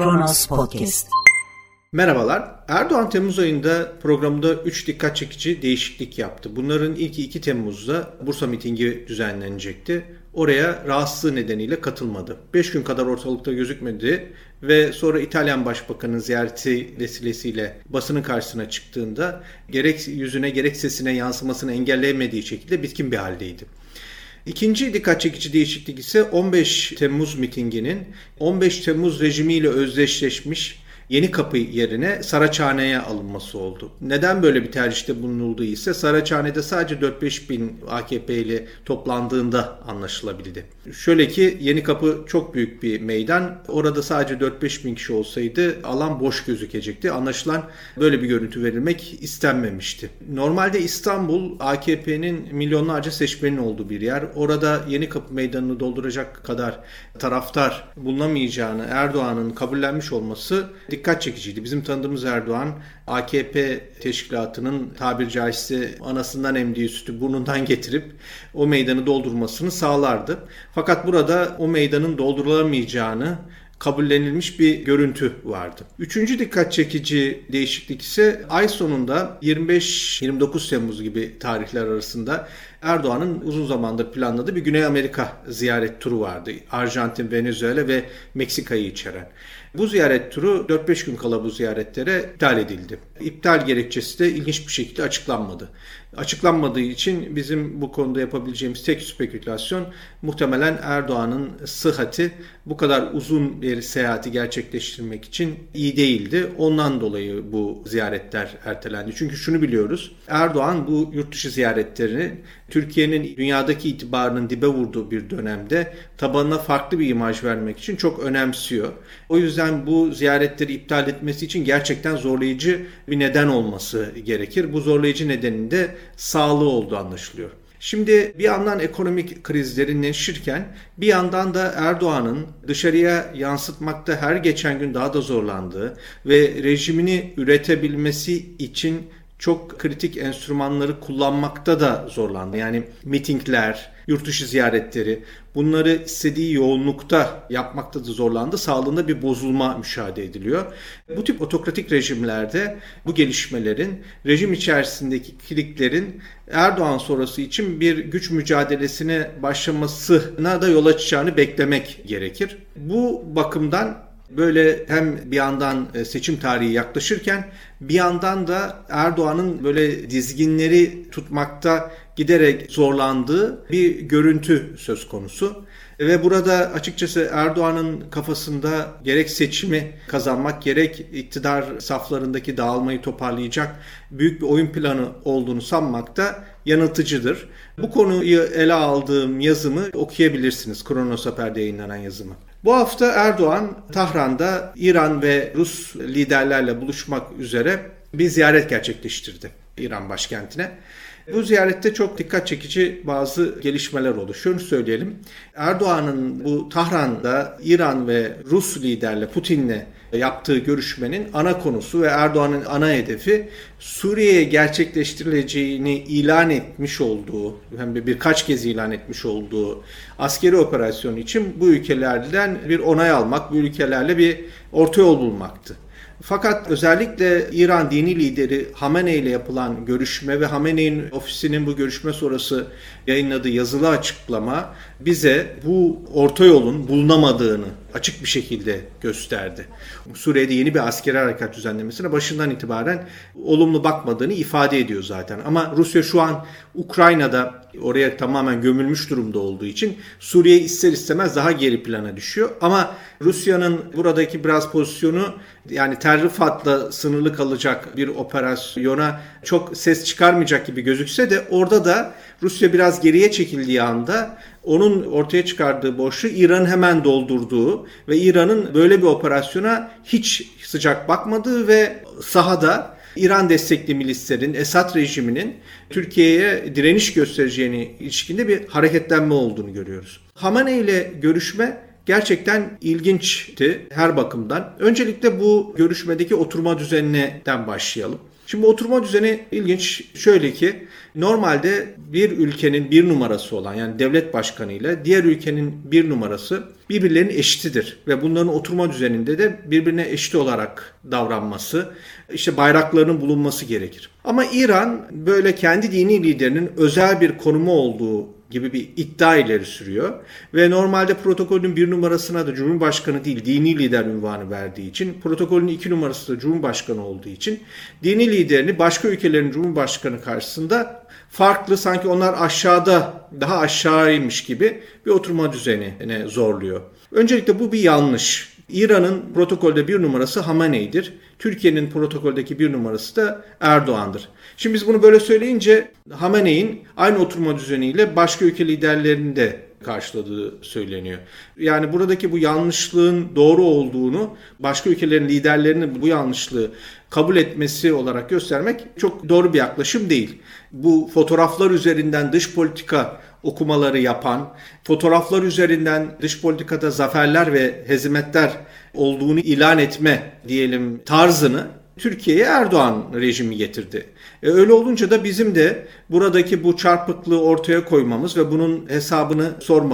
Kronos Podcast. Merhabalar. Erdoğan Temmuz ayında programda 3 dikkat çekici değişiklik yaptı. Bunların ilki 2 Temmuz'da Bursa mitingi düzenlenecekti. Oraya rahatsızlığı nedeniyle katılmadı. 5 gün kadar ortalıkta gözükmedi ve sonra İtalyan Başbakanı'nın ziyareti vesilesiyle basının karşısına çıktığında gerek yüzüne gerek sesine yansımasını engelleyemediği şekilde bitkin bir haldeydi. İkinci dikkat çekici değişiklik ise 15 Temmuz mitinginin 15 Temmuz rejimiyle özdeşleşmiş Yenikapı yerine Saraçhane'ye alınması oldu. Neden böyle bir tercihte bulunulduğu ise Saraçhane'de sadece 4-5 bin AKP'li toplandığında anlaşılabildi. Şöyle ki Yenikapı çok büyük bir meydan. Orada sadece 4-5 bin kişi olsaydı alan boş gözükecekti. Anlaşılan böyle bir görüntü verilmek istenmemişti. Normalde İstanbul AKP'nin milyonlarca seçmenin olduğu bir yer. Orada Yenikapı meydanını dolduracak kadar taraftar bulunamayacağını Erdoğan'ın kabullenmiş olması dikkat çekiciydi. Bizim tanıdığımız Erdoğan, AKP teşkilatının tabiri caizse anasından emdiği sütü burnundan getirip o meydanı doldurmasını sağlardı. Fakat burada o meydanın doldurulamayacağını kabullenilmiş bir görüntü vardı. Üçüncü dikkat çekici değişiklik ise ay sonunda 25-29 Temmuz gibi tarihler arasında Erdoğan'ın uzun zamandır planladığı bir Güney Amerika ziyaret turu vardı. Arjantin, Venezuela ve Meksika'yı içeren. Bu ziyaret turu 4-5 gün kala bu ziyaretlere iptal edildi. İptal gerekçesi de ilginç bir şekilde açıklanmadı. Açıklanmadığı için bizim bu konuda yapabileceğimiz tek spekülasyon muhtemelen Erdoğan'ın sıhhati bu kadar uzun bir seyahati gerçekleştirmek için iyi değildi. Ondan dolayı bu ziyaretler ertelendi. Çünkü şunu biliyoruz. Erdoğan bu yurt dışı ziyaretlerini Türkiye'nin dünyadaki itibarının dibe vurduğu bir dönemde tabanına farklı bir imaj vermek için çok önemsiyor. O yüzden bu ziyaretleri iptal etmesi için gerçekten zorlayıcı bir neden olması gerekir. Bu zorlayıcı nedenin de sağlığı olduğu anlaşılıyor. Şimdi bir yandan ekonomik kriz derinleşirken bir yandan da Erdoğan'ın dışarıya yansıtmakta her geçen gün daha da zorlandığı ve rejimini üretebilmesi için çok kritik enstrümanları kullanmakta da zorlandı. Yani mitingler, yurt dışı ziyaretleri, bunları istediği yoğunlukta yapmakta da zorlandı. Sağlığında bir bozulma müşahede ediliyor. Bu tip otokratik rejimlerde bu gelişmelerin rejim içerisindeki kliklerin Erdoğan sonrası için bir güç mücadelesine başlamasına da yol açacağını beklemek gerekir. Bu bakımdan böyle hem bir yandan seçim tarihi yaklaşırken bir yandan da Erdoğan'ın böyle dizginleri tutmakta giderek zorlandığı bir görüntü söz konusu. Ve burada açıkçası Erdoğan'ın kafasında gerek seçimi kazanmak gerek iktidar saflarındaki dağılmayı toparlayacak büyük bir oyun planı olduğunu sanmak da yanıltıcıdır. Bu konuyu ele aldığım yazımı okuyabilirsiniz. Kronos Haber'de yayınlanan yazımı. Bu hafta Erdoğan Tahran'da İran ve Rus liderlerle buluşmak üzere bir ziyaret gerçekleştirdi İran başkentine. Bu ziyarette çok dikkat çekici bazı gelişmeler oldu. Şunu söyleyelim. Erdoğan'ın bu Tahran'da İran ve Rus liderle Putin'le yaptığı görüşmenin ana konusu ve Erdoğan'ın ana hedefi Suriye'ye gerçekleştirileceğini ilan etmiş olduğu, hem de birkaç kez ilan etmiş olduğu askeri operasyon için bu ülkelerden bir onay almak, bu ülkelerle bir orta yol bulmaktı. Fakat özellikle İran dini lideri Hamenei ile yapılan görüşme ve Hamenei'nin ofisinin bu görüşme sonrası yayınladığı yazılı açıklama bize bu orta yolun bulunamadığını açık bir şekilde gösterdi. Suriye'de yeni bir askeri harekat düzenlemesine başından itibaren olumlu bakmadığını ifade ediyor zaten. Ama Rusya şu an Ukrayna'da oraya tamamen gömülmüş durumda olduğu için Suriye ister istemez daha geri plana düşüyor. Ama Rusya'nın buradaki biraz pozisyonu yani Tel Rifat'la sınırlı kalacak bir operasyona çok ses çıkarmayacak gibi gözükse de orada da Rusya biraz geriye çekildiği anda onun ortaya çıkardığı boşluğu İran'ın hemen doldurduğu ve İran'ın böyle bir operasyona hiç sıcak bakmadığı ve sahada İran destekli milislerin, Esad rejiminin Türkiye'ye direniş göstereceğine ilişkinde bir hareketlenme olduğunu görüyoruz. Hamenei ile görüşme gerçekten ilginçti her bakımdan. Öncelikle bu görüşmedeki oturma düzenine başlayalım. Şimdi oturma düzeni ilginç. Şöyle ki normalde bir ülkenin bir numarası olan yani devlet başkanı ile diğer ülkenin bir numarası birbirlerinin eşitidir. Ve bunların oturma düzeninde de birbirine eşit olarak davranması, işte bayraklarının bulunması gerekir. Ama İran böyle kendi dini liderinin özel bir konumu olduğu gibi bir iddia ileri sürüyor. Ve normalde protokolün bir numarasına da Cumhurbaşkanı değil dini lider unvanı verdiği için, protokolün 2 numarası da Cumhurbaşkanı olduğu için dini liderini başka ülkelerin Cumhurbaşkanı karşısında farklı, sanki onlar aşağıda, daha aşağıymış gibi bir oturma düzenine zorluyor. Öncelikle bu bir yanlış. İran'ın protokolde bir numarası Hamenei'dir. Türkiye'nin protokoldeki bir numarası da Erdoğan'dır. Şimdi biz bunu böyle söyleyince Hamenei'nin aynı oturma düzeniyle başka ülke liderlerini de karşıladığı söyleniyor. Yani buradaki bu yanlışlığın doğru olduğunu, başka ülkelerin liderlerinin bu yanlışlığı kabul etmesi olarak göstermek çok doğru bir yaklaşım değil. Bu fotoğraflar üzerinden dış politika okumaları yapan, fotoğraflar üzerinden dış politikada zaferler ve hezimetler olduğunu ilan etme diyelim tarzını Türkiye'ye Erdoğan rejimi getirdi. Öyle olunca da bizim de buradaki bu çarpıklığı ortaya koymamız ve bunun hesabını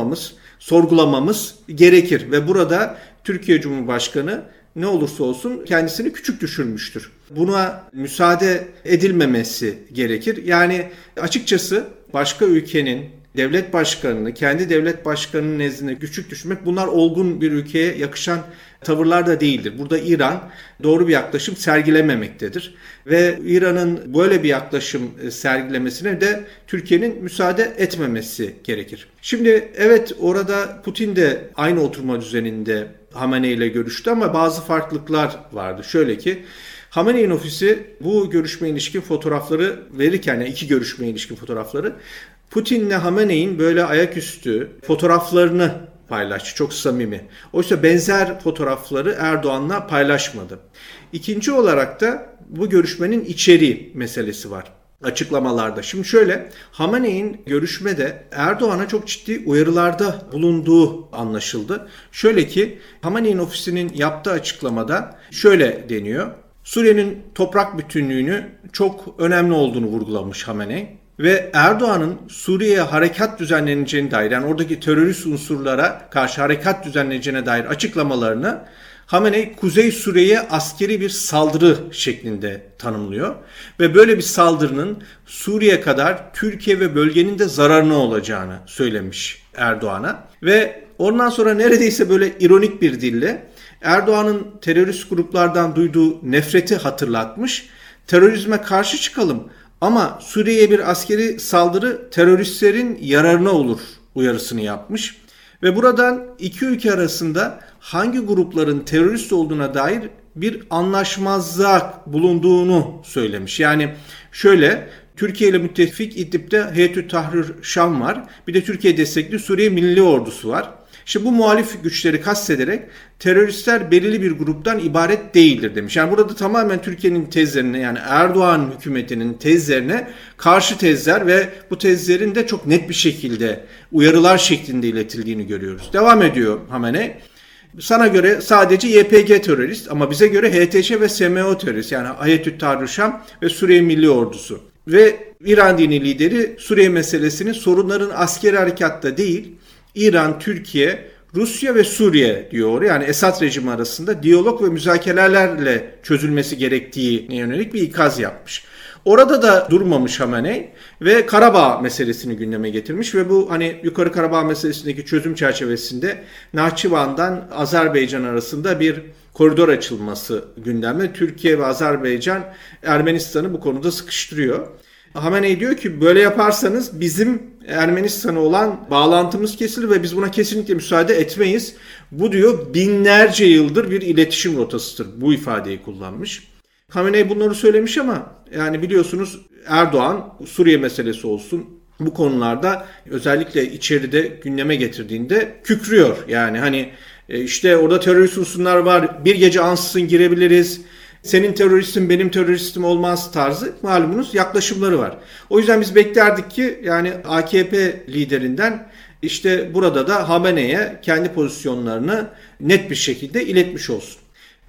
sorgulamamız gerekir. Ve burada Türkiye Cumhurbaşkanı ne olursa olsun kendisini küçük düşürmüştür. Buna müsaade edilmemesi gerekir. Yani açıkçası başka ülkenin devlet başkanını, kendi devlet başkanının nezdinde küçük düşürmek, bunlar olgun bir ülkeye yakışan tavırlar da değildir. Burada İran doğru bir yaklaşım sergilememektedir. Ve İran'ın böyle bir yaklaşım sergilemesine de Türkiye'nin müsaade etmemesi gerekir. Şimdi evet, orada Putin de aynı oturma düzeninde Hamenei ile görüştü ama bazı farklılıklar vardı. Şöyle ki Hamenei'nin ofisi bu görüşmeye ilişkin fotoğrafları verirken, yani iki görüşmeye ilişkin fotoğrafları, Putin'le Hamenei'nin böyle ayaküstü fotoğraflarını paylaştı. Çok samimi. Oysa benzer fotoğrafları Erdoğan'la paylaşmadı. İkinci olarak da bu görüşmenin içeriği meselesi var açıklamalarda. Şimdi şöyle, Hamenei'nin görüşmede Erdoğan'a çok ciddi uyarılarda bulunduğu anlaşıldı. Şöyle ki Hamenei'nin ofisinin yaptığı açıklamada şöyle deniyor. Suriye'nin toprak bütünlüğünü çok önemli olduğunu vurgulamış Hamenei. Ve Erdoğan'ın Suriye'ye harekat düzenleneceğine dair, yani oradaki terörist unsurlara karşı harekat düzenleneceğine dair açıklamalarını Hamenei Kuzey Suriye'ye askeri bir saldırı şeklinde tanımlıyor. Ve böyle bir saldırının Suriye kadar Türkiye ve bölgenin de zararına olacağını söylemiş Erdoğan'a. Ve ondan sonra neredeyse böyle ironik bir dille Erdoğan'ın terörist gruplardan duyduğu nefreti hatırlatmış. Terörizme karşı çıkalım ama Suriye'ye bir askeri saldırı teröristlerin yararına olur uyarısını yapmış. Ve buradan iki ülke arasında hangi grupların terörist olduğuna dair bir anlaşmazlık bulunduğunu söylemiş. Yani şöyle, Türkiye ile müttefik İdlib'de Heyetü Tahrir Şam var. Bir de Türkiye destekli Suriye Milli Ordusu var. İşte bu muhalif güçleri kastederek teröristler belirli bir gruptan ibaret değildir demiş. Yani burada tamamen Türkiye'nin tezlerine, yani Erdoğan hükümetinin tezlerine karşı tezler ve bu tezlerin de çok net bir şekilde uyarılar şeklinde iletildiğini görüyoruz. Devam ediyor Hamenei. Sana göre sadece YPG terörist ama bize göre HTŞ ve SMO terörist, yani Heyetü Tahrir Şam ve Suriye Milli Ordusu. Ve İran dini lideri Suriye meselesinin sorunların askeri harekatta değil, İran, Türkiye, Rusya ve Suriye diyor. Yani Esad rejimi arasında diyalog ve müzakerelerle çözülmesi gerektiğine yönelik bir ikaz yapmış. Orada da durmamış Hamenei ve Karabağ meselesini gündeme getirmiş ve bu hani yukarı Karabağ meselesindeki çözüm çerçevesinde Nahçıvan'dan Azerbaycan arasında bir koridor açılması gündemde. Türkiye ve Azerbaycan Ermenistan'ı bu konuda sıkıştırıyor. Hamenei diyor ki böyle yaparsanız bizim Ermenistan'a olan bağlantımız kesilir ve biz buna kesinlikle müsaade etmeyiz. Bu diyor binlerce yıldır bir iletişim rotasıdır. Bu ifadeyi kullanmış. Hamenei bunları söylemiş ama yani biliyorsunuz Erdoğan Suriye meselesi olsun bu konularda özellikle içeride gündeme getirdiğinde kükrüyor. Yani hani işte orada terörist unsurlar var, bir gece ansızın girebiliriz. Senin teröristin benim teröristim olmaz tarzı malumunuz yaklaşımları var. O yüzden biz beklerdik ki yani AKP liderinden işte burada da Hamenei'ye kendi pozisyonlarını net bir şekilde iletmiş olsun.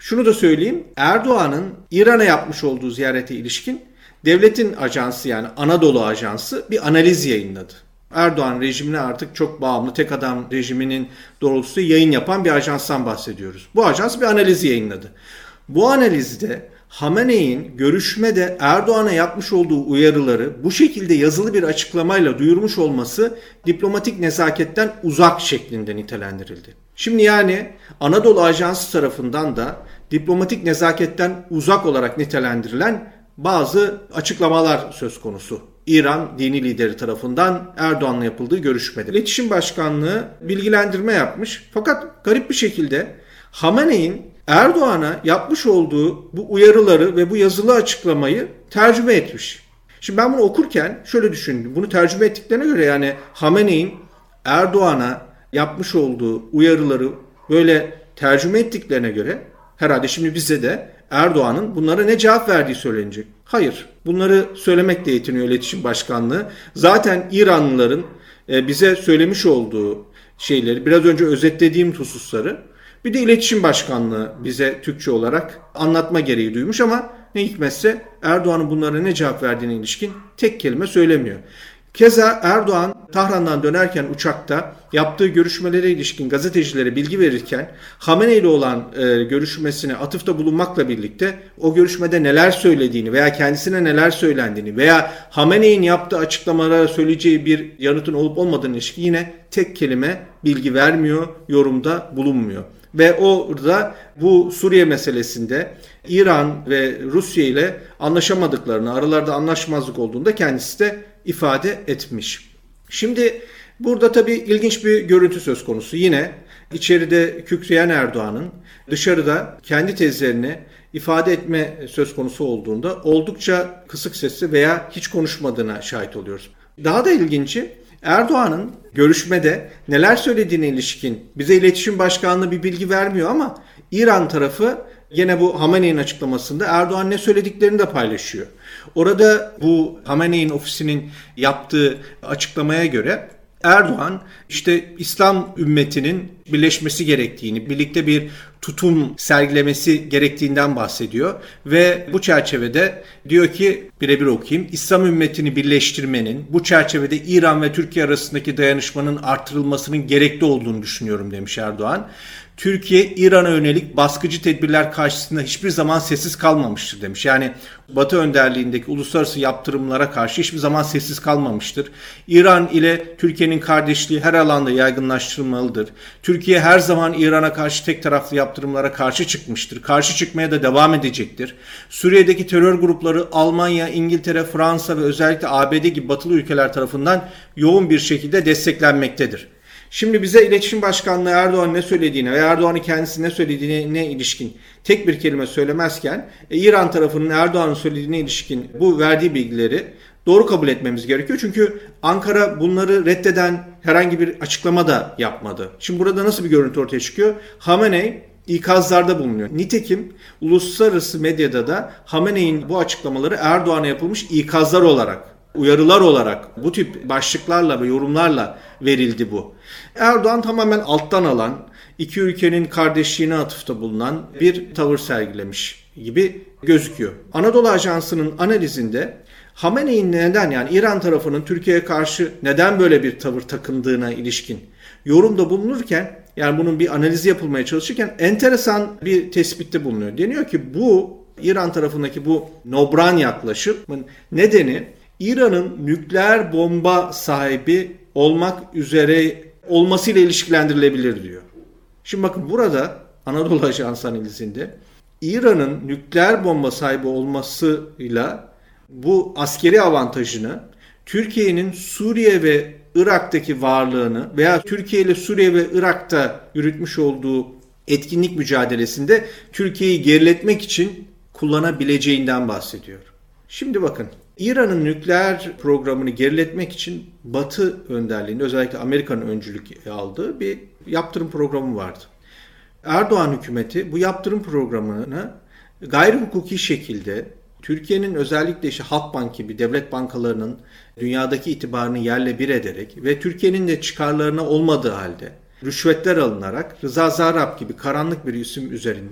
Şunu da söyleyeyim. Erdoğan'ın İran'a yapmış olduğu ziyarete ilişkin devletin ajansı yani Anadolu Ajansı bir analiz yayınladı. Erdoğan rejimine artık çok bağımlı tek adam rejiminin doğrultusunda yayın yapan bir ajanstan bahsediyoruz. Bu ajans bir analiz yayınladı. Bu analizde Hamenei'nin görüşmede Erdoğan'a yapmış olduğu uyarıları bu şekilde yazılı bir açıklamayla duyurmuş olması diplomatik nezaketten uzak şeklinde nitelendirildi. Şimdi yani Anadolu Ajansı tarafından da diplomatik nezaketten uzak olarak nitelendirilen bazı açıklamalar söz konusu. İran dini lideri tarafından Erdoğan'la yapıldığı görüşmede. İletişim Başkanlığı bilgilendirme yapmış. Fakat garip bir şekilde Hamenei'nin Erdoğan'a yapmış olduğu bu uyarıları ve bu yazılı açıklamayı tercüme etmiş. Şimdi ben bunu okurken şöyle düşündüm. Bunu tercüme ettiklerine göre yani Hamenei'nin Erdoğan'a yapmış olduğu uyarıları böyle tercüme ettiklerine göre herhalde şimdi bize de Erdoğan'ın bunlara ne cevap verdiği söylenecek. Hayır, bunları söylemekle yetiniyor İletişim Başkanlığı. Zaten İranlıların bize söylemiş olduğu şeyleri, biraz önce özetlediğim hususları bir de İletişim Başkanlığı bize Türkçe olarak anlatma gereği duymuş ama ne hikmetse Erdoğan'ın bunlara ne cevap verdiğine ilişkin tek kelime söylemiyor. Keza Erdoğan Tahran'dan dönerken uçakta yaptığı görüşmelere ilişkin gazetecilere bilgi verirken Hamenei ile olan görüşmesine atıfta bulunmakla birlikte o görüşmede neler söylediğini veya kendisine neler söylendiğini veya Hamenei'nin yaptığı açıklamalara söyleyeceği bir yanıtın olup olmadığını ilişkin yine tek kelime bilgi vermiyor, yorumda bulunmuyor. Ve orada bu Suriye meselesinde İran ve Rusya ile anlaşamadıklarını, aralarda anlaşmazlık olduğunda kendisi de ifade etmiş. Şimdi burada tabii ilginç bir görüntü söz konusu. Yine içeride kükreyen Erdoğan'ın dışarıda kendi tezlerini ifade etme söz konusu olduğunda oldukça kısık sesli veya hiç konuşmadığına şahit oluyoruz. Daha da ilginci Erdoğan'ın görüşmede neler söylediğine ilişkin bize İletişim Başkanlığı bir bilgi vermiyor ama İran tarafı yine bu Hamenei'nin açıklamasında Erdoğan ne söylediklerini de paylaşıyor. Orada bu Hamenei'nin ofisinin yaptığı açıklamaya göre Erdoğan işte İslam ümmetinin birleşmesi gerektiğini, birlikte bir tutum sergilemesi gerektiğinden bahsediyor. Ve bu çerçevede diyor ki birebir okuyayım. İslam ümmetini birleştirmenin, bu çerçevede İran ve Türkiye arasındaki dayanışmanın artırılmasının gerekli olduğunu düşünüyorum demiş Erdoğan. Türkiye İran'a yönelik baskıcı tedbirler karşısında hiçbir zaman sessiz kalmamıştır demiş. Yani Batı önderliğindeki uluslararası yaptırımlara karşı hiçbir zaman sessiz kalmamıştır. İran ile Türkiye'nin kardeşliği her alanda yaygınlaştırılmalıdır. Türkiye her zaman İran'a karşı tek taraflı yaptırımlara karşı çıkmıştır. Karşı çıkmaya da devam edecektir. Suriye'deki terör grupları Almanya, İngiltere, Fransa ve özellikle ABD gibi batılı ülkeler tarafından yoğun bir şekilde desteklenmektedir. Şimdi bize İletişim Başkanlığı Erdoğan ne söylediğine ve Erdoğan'ın kendisi ne söylediğine ilişkin tek bir kelime söylemezken İran tarafının Erdoğan'ın söylediğine ilişkin bu verdiği bilgileri doğru kabul etmemiz gerekiyor. Çünkü Ankara bunları reddeden herhangi bir açıklama da yapmadı. Şimdi burada nasıl bir görüntü ortaya çıkıyor? Hamenei ikazlarda bulunuyor. Nitekim uluslararası medyada da Hamenei'nin bu açıklamaları Erdoğan'a yapılmış ikazlar olarak, uyarılar olarak bu tip başlıklarla ve yorumlarla verildi bu. Erdoğan tamamen alttan alan, iki ülkenin kardeşliğine atıfta bulunan bir tavır sergilemiş gibi gözüküyor. Anadolu Ajansı'nın analizinde Hamenei'nin neden yani İran tarafının Türkiye'ye karşı neden böyle bir tavır takındığına ilişkin yorumda bulunurken yani bunun bir analizi yapılmaya çalışırken enteresan bir tespitte bulunuyor. Deniyor ki bu İran tarafındaki bu nobran yaklaşımın nedeni İran'ın nükleer bomba sahibi olmak üzere olmasıyla ilişkilendirilebilir diyor. Şimdi bakın burada Anadolu Ajansı analizinde İran'ın nükleer bomba sahibi olmasıyla bu askeri avantajını Türkiye'nin Suriye ve Irak'taki varlığını veya Türkiye ile Suriye ve Irak'ta yürütmüş olduğu etkinlik mücadelesinde Türkiye'yi geriletmek için kullanabileceğinden bahsediyor. Şimdi bakın İran'ın nükleer programını geriletmek için Batı önderliğinde özellikle Amerika'nın öncülük aldığı bir yaptırım programı vardı. Erdoğan hükümeti bu yaptırım programını gayri hukuki şekilde Türkiye'nin özellikle işte Halkbank gibi devlet bankalarının dünyadaki itibarını yerle bir ederek ve Türkiye'nin de çıkarlarına olmadığı halde rüşvetler alınarak Rıza Zarrab gibi karanlık bir isim üzerinden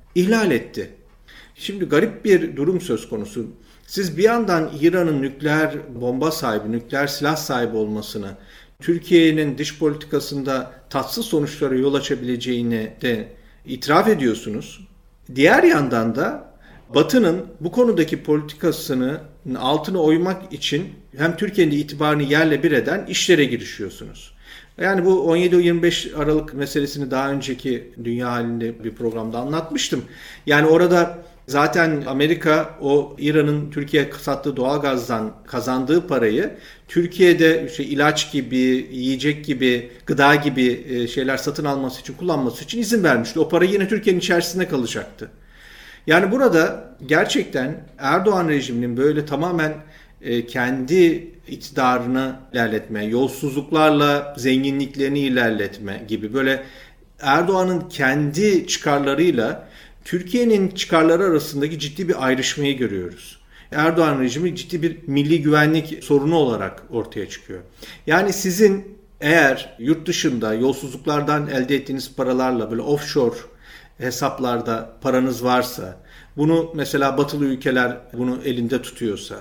ihlal etti. Şimdi garip bir durum söz konusu. Siz bir yandan İran'ın nükleer bomba sahibi, nükleer silah sahibi olmasını, Türkiye'nin dış politikasında tatsız sonuçlara yol açabileceğini de itiraf ediyorsunuz. Diğer yandan da Batı'nın bu konudaki politikasının altına oymak için hem Türkiye'nin de itibarını yerle bir eden işlere girişiyorsunuz. Yani bu 17-25 Aralık meselesini daha önceki Dünya Halinde bir programda anlatmıştım. Yani orada zaten Amerika o İran'ın Türkiye'ye sattığı doğalgazdan kazandığı parayı Türkiye'de ilaç gibi, yiyecek gibi, gıda gibi şeyler satın alması için, kullanması için izin vermişti. O para yine Türkiye'nin içerisinde kalacaktı. Yani burada gerçekten Erdoğan rejiminin böyle tamamen kendi iktidarını ilerletme, yolsuzluklarla zenginliklerini ilerletme gibi böyle Erdoğan'ın kendi çıkarlarıyla Türkiye'nin çıkarları arasındaki ciddi bir ayrışmayı görüyoruz. Erdoğan rejimi ciddi bir milli güvenlik sorunu olarak ortaya çıkıyor. Yani sizin eğer yurt dışında yolsuzluklardan elde ettiğiniz paralarla böyle offshore hesaplarda paranız varsa, bunu mesela batılı ülkeler bunu elinde tutuyorsa,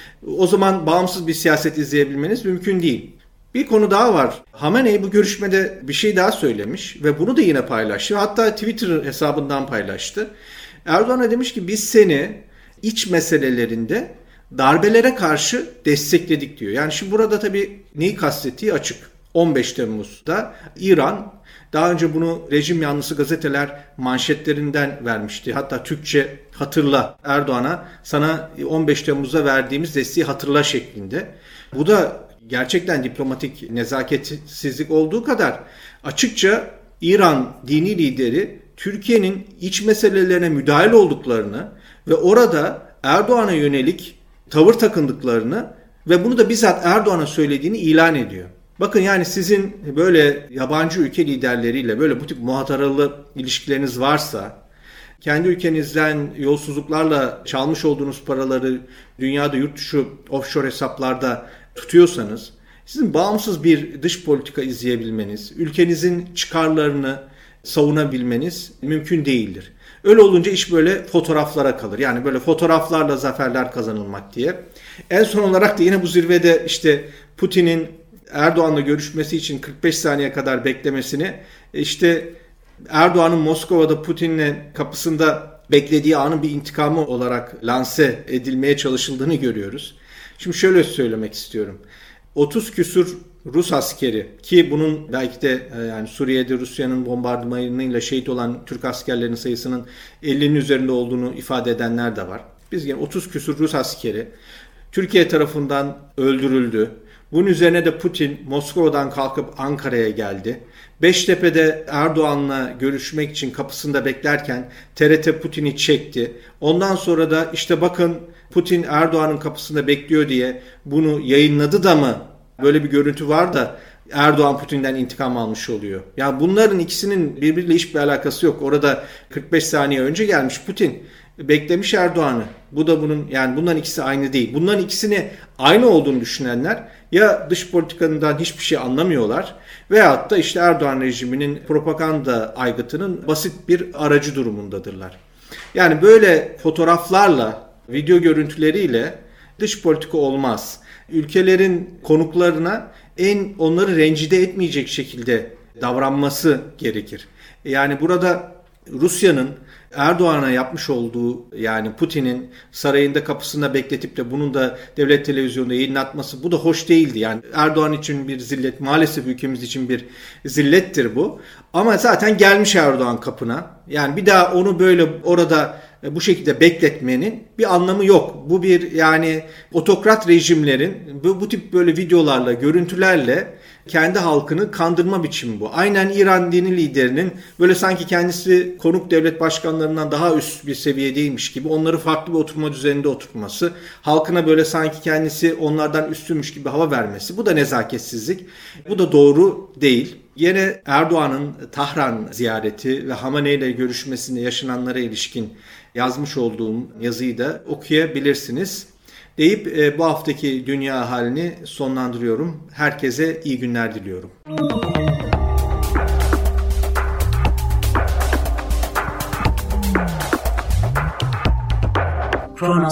o zaman bağımsız bir siyaset izleyebilmeniz mümkün değil. Bir konu daha var. Hamenei bu görüşmede bir şey daha söylemiş ve bunu da yine paylaştı. Hatta Twitter hesabından paylaştı. Erdoğan'a demiş ki biz seni iç meselelerinde darbelere karşı destekledik diyor. Yani şimdi burada tabii neyi kastettiği açık. 15 Temmuz'da İran, daha önce bunu rejim yanlısı gazeteler manşetlerinden vermişti. Hatta Türkçe hatırla Erdoğan'a, sana 15 Temmuz'da verdiğimiz desteği hatırla şeklinde. Bu da gerçekten diplomatik nezaketsizlik olduğu kadar açıkça İran dini lideri Türkiye'nin iç meselelerine müdahil olduklarını ve orada Erdoğan'a yönelik tavır takındıklarını ve bunu da bizzat Erdoğan'a söylediğini ilan ediyor. Bakın yani sizin böyle yabancı ülke liderleriyle böyle bu tip muhataralı ilişkileriniz varsa, kendi ülkenizden yolsuzluklarla çalmış olduğunuz paraları dünyada yurt dışı offshore hesaplarda tutuyorsanız, sizin bağımsız bir dış politika izleyebilmeniz, ülkenizin çıkarlarını savunabilmeniz mümkün değildir. Öyle olunca iş böyle fotoğraflara kalır. Yani böyle fotoğraflarla zaferler kazanılmak diye. En son olarak da yine bu zirvede işte Putin'in Erdoğan'la görüşmesi için 45 saniye kadar beklemesini, işte Erdoğan'ın Moskova'da Putin'le kapısında beklediği anın bir intikamı olarak lanse edilmeye çalışıldığını görüyoruz. Şimdi şöyle söylemek istiyorum. 30 küsur Rus askeri, ki bunun belki de yani Suriye'de Rusya'nın bombardımanıyla şehit olan Türk askerlerinin sayısının 50'nin üzerinde olduğunu ifade edenler de var. Biz yine 30 küsur Rus askeri Türkiye tarafından öldürüldü. Bunun üzerine de Putin Moskova'dan kalkıp Ankara'ya geldi. Beştepe'de Erdoğan'la görüşmek için kapısında beklerken TRT Putin'i çekti. Ondan sonra da işte bakın Putin Erdoğan'ın kapısında bekliyor diye bunu yayınladı da mı böyle bir görüntü var da Erdoğan Putin'den intikam almış oluyor. Yani bunların ikisinin birbiriyle hiçbir alakası yok. Orada 45 saniye önce gelmiş Putin, beklemiş Erdoğan'ı. Bu da bunun, yani bunların ikisi aynı değil. Bunların ikisini aynı olduğunu düşünenler ya dış politikanından hiçbir şey anlamıyorlar veyahut da işte Erdoğan rejiminin propaganda aygıtının basit bir aracı durumundadırlar. Yani böyle fotoğraflarla, video görüntüleriyle dış politika olmaz. Ülkelerin konuklarına onları rencide etmeyecek şekilde davranması gerekir. Yani burada Rusya'nın Erdoğan'a yapmış olduğu, yani Putin'in sarayında kapısında bekletip de bunun da devlet televizyonunda yayınlatması, bu da hoş değildi. Yani Erdoğan için bir zillet, maalesef ülkemiz için bir zillettir bu. Ama zaten gelmiş Erdoğan kapına. Yani bir daha onu böyle orada bu şekilde bekletmenin bir anlamı yok. Bu bir, yani otokrat rejimlerin bu tip böyle videolarla, görüntülerle kendi halkını kandırma biçimi bu. Aynen İran dini liderinin böyle sanki kendisi konuk devlet başkanlarından daha üst bir seviyedeymiş gibi onları farklı bir oturma düzeninde oturtması, halkına böyle sanki kendisi onlardan üstünmüş gibi hava vermesi, bu da nezaketsizlik. Bu da doğru değil. Yine Erdoğan'ın Tahran ziyareti ve Hamenei ile görüşmesinde yaşananlara ilişkin yazmış olduğum yazıyı da okuyabilirsiniz deyip bu haftaki dünya halini sonlandırıyorum. Herkese iyi günler diliyorum.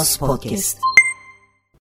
Cosmos Podcast.